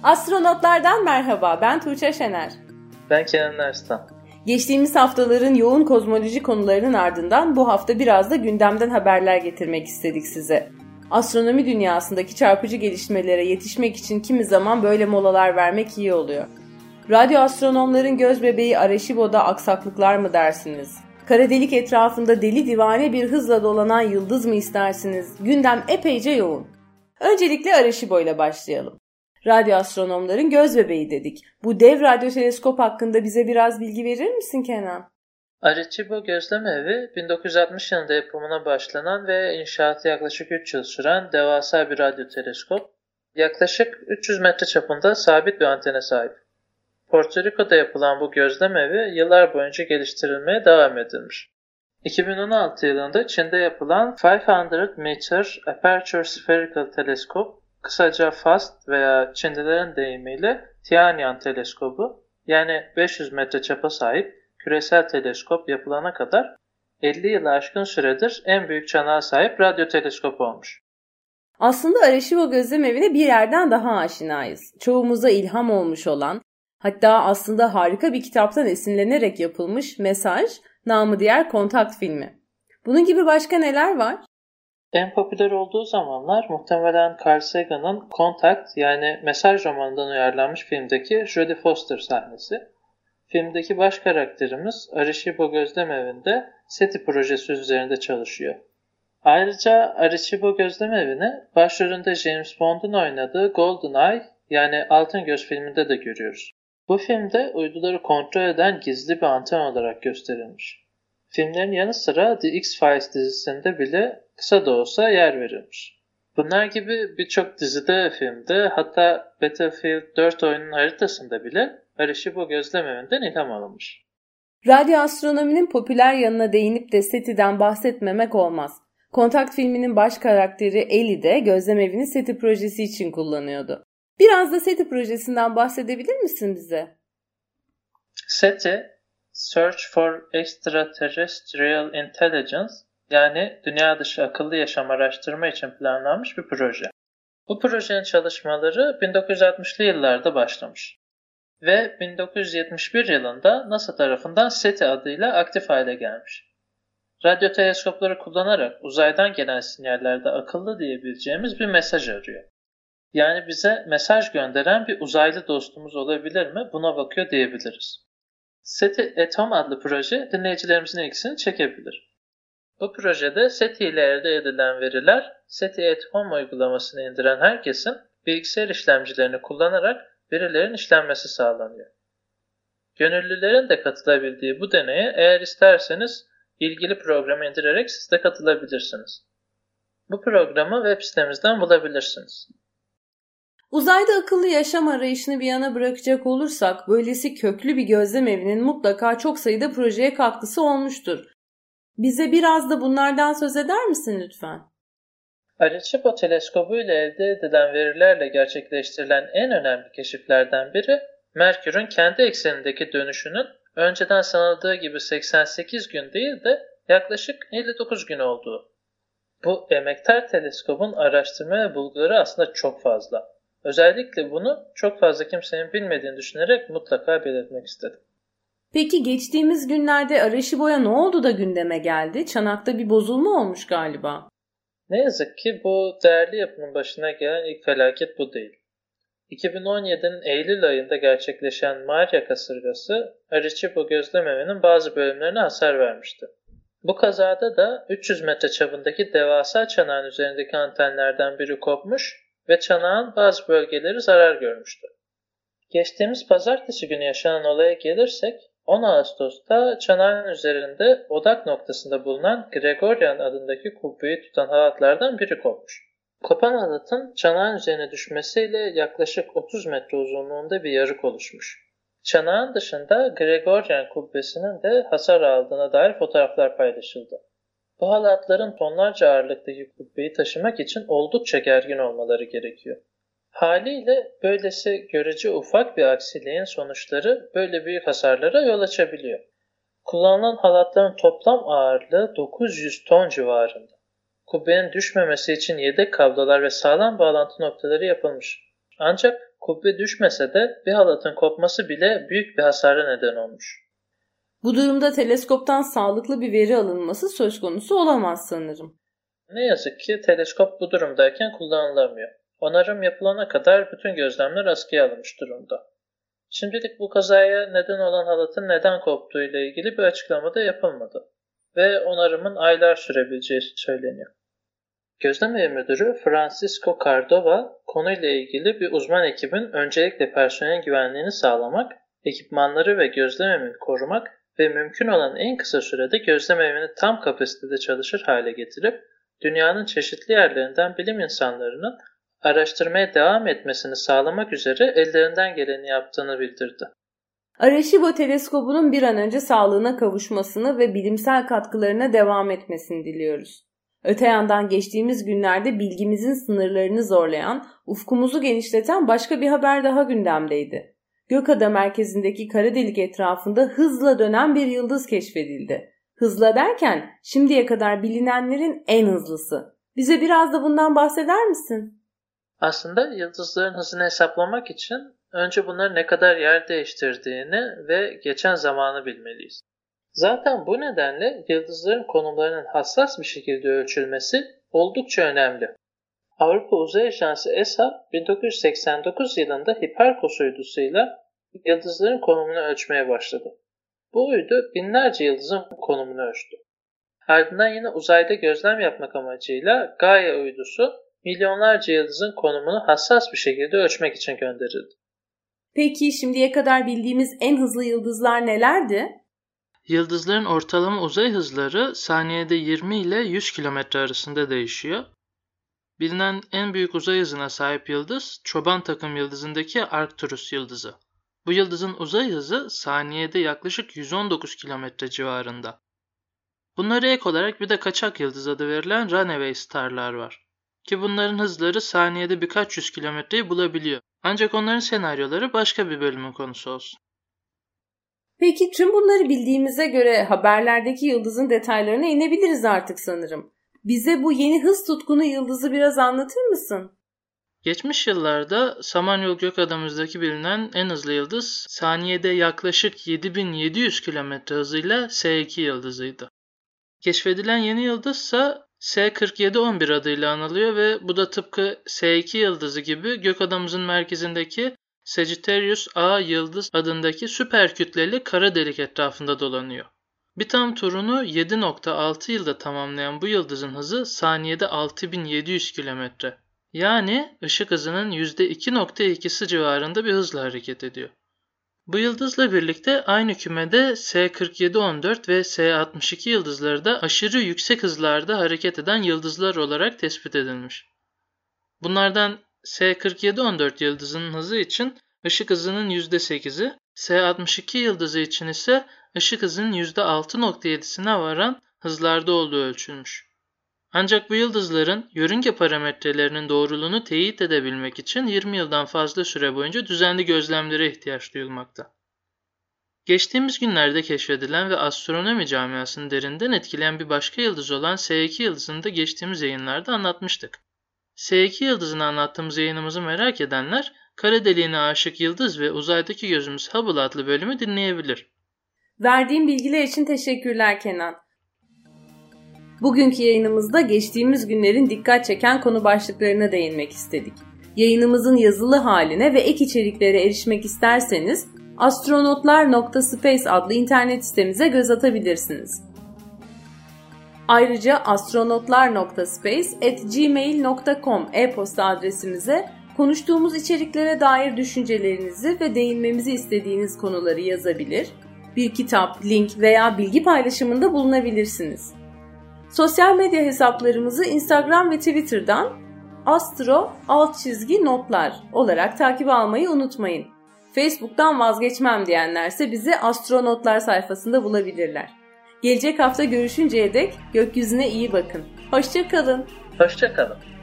Astronotlardan merhaba, ben Tuğçe Şener. Ben Kenan Arslan. Geçtiğimiz haftaların yoğun kozmoloji konularının ardından bu hafta biraz da gündemden haberler getirmek istedik size. Astronomi dünyasındaki çarpıcı gelişmelere yetişmek için kimi zaman böyle molalar vermek iyi oluyor. Radyo astronomların gözbebeği Arecibo'da aksaklıklar mı dersiniz? Kara delik etrafında deli divane bir hızla dolanan yıldız mı istersiniz? Gündem epeyce yoğun. Öncelikle Arecibo ile başlayalım. Radyo astronomların gözbebeği dedik. Bu dev radyo teleskop hakkında bize biraz bilgi verir misin Kenan? Arecibo Gözlem Evi 1960 yılında yapımına başlanan ve inşaatı yaklaşık 3 yıl süren devasa bir radyo teleskop. Yaklaşık 300 metre çapında sabit bir antene sahip. Porto Rico'da yapılan bu gözlem evi yıllar boyunca geliştirilmeye devam edilmiş. 2016 yılında Çin'de yapılan 500 Meter Aperture Spherical Telescope, kısaca FAST veya Çinlilerin deyimiyle Tianyan teleskobu, yani 500 metre çapa sahip küresel teleskop yapılana kadar 50 yılı aşkın süredir en büyük çanağa sahip radyo teleskop olmuş. Aslında Arecibo gözlem evine bir yerden daha aşinayız. Çoğumuza ilham olmuş olan, hatta aslında harika bir kitaptan esinlenerek yapılmış Mesaj, namı diğer Kontakt filmi. Bunun gibi başka neler var? En popüler olduğu zamanlar muhtemelen Carl Sagan'ın Contact, yani Mesaj romanından uyarlanmış filmdeki Jodie Foster sahnesi. Filmdeki baş karakterimiz Arecibo Gözlem Evi'nde SETI projesi üzerinde çalışıyor. Ayrıca Arecibo Gözlem Evi'ni başrolünde James Bond'un oynadığı GoldenEye, yani Altın Göz filminde de görüyoruz. Bu filmde uyduları kontrol eden gizli bir anten olarak gösterilmiş. Filmlerin yanı sıra The X-Files dizisinde bile kısa da olsa yer verilmiş. Bunlar gibi birçok dizide ve filmde, hatta Battlefield 4 oyunun haritasında bile Arecibo Gözlem Evi'nden ilham alınmış. Radyo astronominin popüler yanına değinip de SETI'den bahsetmemek olmaz. Kontakt filminin baş karakteri Ellie de gözlem evini SETI projesi için kullanıyordu. Biraz da SETI projesinden bahsedebilir misin bize? SETI, Search for Extraterrestrial Intelligence, yani dünya dışı akıllı yaşam araştırma için planlanmış bir proje. Bu projenin çalışmaları 1960'lı yıllarda başlamış ve 1971 yılında NASA tarafından SETI adıyla aktif hale gelmiş. Radyo teleskopları kullanarak uzaydan gelen sinyallerde akıllı diyebileceğimiz bir mesaj arıyor. Yani bize mesaj gönderen bir uzaylı dostumuz olabilir mi? Buna bakıyor diyebiliriz. SETI@Home adlı proje dinleyicilerimizin ilgisini çekebilir. Bu projede SETI ile elde edilen veriler, SETI@Home uygulamasını indiren herkesin bilgisayar işlemcilerini kullanarak verilerin işlenmesi sağlanıyor. Gönüllülerin de katılabildiği bu deneye eğer isterseniz ilgili programı indirerek siz de katılabilirsiniz. Bu programı web sitemizden bulabilirsiniz. Uzayda akıllı yaşam arayışını bir yana bırakacak olursak, böylesi köklü bir gözlem evinin mutlaka çok sayıda projeye katkısı olmuştur. Bize biraz da bunlardan söz eder misin lütfen? Arecibo teleskobu ile elde edilen verilerle gerçekleştirilen en önemli keşiflerden biri, Merkür'ün kendi eksenindeki dönüşünün önceden sanıldığı gibi 88 gün değil de yaklaşık 59 gün olduğu. Bu emektar teleskobun araştırma ve bulguları aslında çok fazla. Özellikle bunu çok fazla kimsenin bilmediğini düşünerek mutlaka belirtmek istedim. Peki geçtiğimiz günlerde Arecibo'ya ne oldu da gündeme geldi? Çanakta bir bozulma olmuş galiba. Ne yazık ki bu değerli yapının başına gelen ilk felaket bu değil. 2017'nin Eylül ayında gerçekleşen Maria kasırgası Arecibo Gözlem Evi'nin bazı bölümlerine hasar vermişti. Bu kazada da 300 metre çapındaki devasa çanağın üzerindeki antenlerden biri kopmuş ve çanağın bazı bölgeleri zarar görmüştü. Geçtiğimiz pazartesi günü yaşanan olaya gelirsek, 10 Ağustos'ta çanağın üzerinde odak noktasında bulunan Gregorian adındaki kubbeyi tutan halatlardan biri kopmuş. Kopan halatın çanağın üzerine düşmesiyle yaklaşık 30 metre uzunluğunda bir yarık oluşmuş. Çanağın dışında Gregorian kubbesinin de hasar aldığına dair fotoğraflar paylaşıldı. Bu halatların tonlarca ağırlıktaki kubbeyi taşımak için oldukça gergin olmaları gerekiyor. Haliyle böylesi görece ufak bir aksiliğin sonuçları böyle büyük hasarlara yol açabiliyor. Kullanılan halatların toplam ağırlığı 900 ton civarında. Kubbenin düşmemesi için yedek kablolar ve sağlam bağlantı noktaları yapılmış. Ancak kubbe düşmese de bir halatın kopması bile büyük bir hasara neden olmuş. Bu durumda teleskoptan sağlıklı bir veri alınması söz konusu olamaz sanırım. Ne yazık ki teleskop bu durumdayken kullanılamıyor. Onarım yapılana kadar bütün gözlemler askıya alınmış durumda. Şimdilik bu kazaya neden olan halatın neden koptuğu ile ilgili bir açıklama da yapılmadı ve onarımın aylar sürebileceği söyleniyor. Gözlem evi müdürü Francisco Cardova, konuyla ilgili bir uzman ekibin öncelikle personel güvenliğini sağlamak, ekipmanları ve gözlem evini korumak ve mümkün olan en kısa sürede gözlem evini tam kapasitede çalışır hale getirip, dünyanın çeşitli yerlerinden bilim insanlarının araştırmaya devam etmesini sağlamak üzere ellerinden geleni yaptığını bildirdi. Arecibo teleskobunun bir an önce sağlığına kavuşmasını ve bilimsel katkılarına devam etmesini diliyoruz. Öte yandan geçtiğimiz günlerde bilgimizin sınırlarını zorlayan, ufkumuzu genişleten başka bir haber daha gündemdeydi. Gökada merkezindeki kara delik etrafında hızla dönen bir yıldız keşfedildi. Hızla derken şimdiye kadar bilinenlerin en hızlısı. Bize biraz da bundan bahseder misin? Aslında yıldızların hızını hesaplamak için önce bunların ne kadar yer değiştirdiğini ve geçen zamanı bilmeliyiz. Zaten bu nedenle yıldızların konumlarının hassas bir şekilde ölçülmesi oldukça önemli. Avrupa Uzay Ajansı ESA 1989 yılında Hipparcos uydusuyla yıldızların konumunu ölçmeye başladı. Bu uydu binlerce yıldızın konumunu ölçtü. Ardından yine uzayda gözlem yapmak amacıyla Gaia uydusu milyonlarca yıldızın konumunu hassas bir şekilde ölçmek için gönderildi. Peki şimdiye kadar bildiğimiz en hızlı yıldızlar nelerdi? Yıldızların ortalama uzay hızları saniyede 20 ile 100 km arasında değişiyor. Bilinen en büyük uzay hızına sahip yıldız Çoban Takım Yıldızı'ndaki Arcturus yıldızı. Bu yıldızın uzay hızı saniyede yaklaşık 119 km civarında. Bunlara ek olarak bir de kaçak yıldız adı verilen runaway starlar var. Ki bunların hızları saniyede birkaç yüz kilometreyi bulabiliyor. Ancak onların senaryoları başka bir bölümün konusu olsun. Peki tüm bunları bildiğimize göre haberlerdeki yıldızın detaylarına inebiliriz artık sanırım. Bize bu yeni hız tutkunu yıldızı biraz anlatır mısın? Geçmiş yıllarda Samanyolu Gökadamı'ndaki bilinen en hızlı yıldız saniyede yaklaşık 7700 km hızıyla S2 yıldızıydı. Keşfedilen yeni yıldız ise S4711 adıyla anılıyor ve bu da tıpkı S2 yıldızı gibi Gökadamımızın merkezindeki Sagittarius A yıldız adındaki süper kütleli kara delik etrafında dolanıyor. Bir tam turunu 7.6 yılda tamamlayan bu yıldızın hızı saniyede 6700 km. Yani ışık hızının %2.2'si civarında bir hızla hareket ediyor. Bu yıldızla birlikte aynı kümede S4714 ve S62 yıldızları da aşırı yüksek hızlarda hareket eden yıldızlar olarak tespit edilmiş. Bunlardan S4714 yıldızının hızı için ışık hızının %8'i, S62 yıldızı için ise ışık hızının %6.7'sine varan hızlarda olduğu ölçülmüş. Ancak bu yıldızların yörünge parametrelerinin doğruluğunu teyit edebilmek için 20 yıldan fazla süre boyunca düzenli gözlemlere ihtiyaç duyulmakta. Geçtiğimiz günlerde keşfedilen ve astronomi camiasını derinden etkileyen bir başka yıldız olan S2 yıldızını da geçtiğimiz yayınlarda anlatmıştık. S2 yıldızını anlattığımız yayınımızı merak edenler, kara deliğine aşık yıldız ve uzaydaki gözümüz Hubble adlı bölümü dinleyebilir. Verdiğin bilgiler için teşekkürler Kenan. Bugünkü yayınımızda geçtiğimiz günlerin dikkat çeken konu başlıklarına değinmek istedik. Yayınımızın yazılı haline ve ek içeriklere erişmek isterseniz astronotlar.space adlı internet sitemize göz atabilirsiniz. Ayrıca astronotlar.space@gmail.com e-posta adresimize konuştuğumuz içeriklere dair düşüncelerinizi ve değinmemizi istediğiniz konuları yazabilir, bir kitap, link veya bilgi paylaşımında bulunabilirsiniz. Sosyal medya hesaplarımızı Instagram ve Twitter'dan astro_notlar olarak takip almayı unutmayın. Facebook'tan vazgeçmem diyenlerse bizi Astronotlar sayfasında bulabilirler. Gelecek hafta görüşünceye dek gökyüzüne iyi bakın. Hoşça kalın. Hoşça kalın.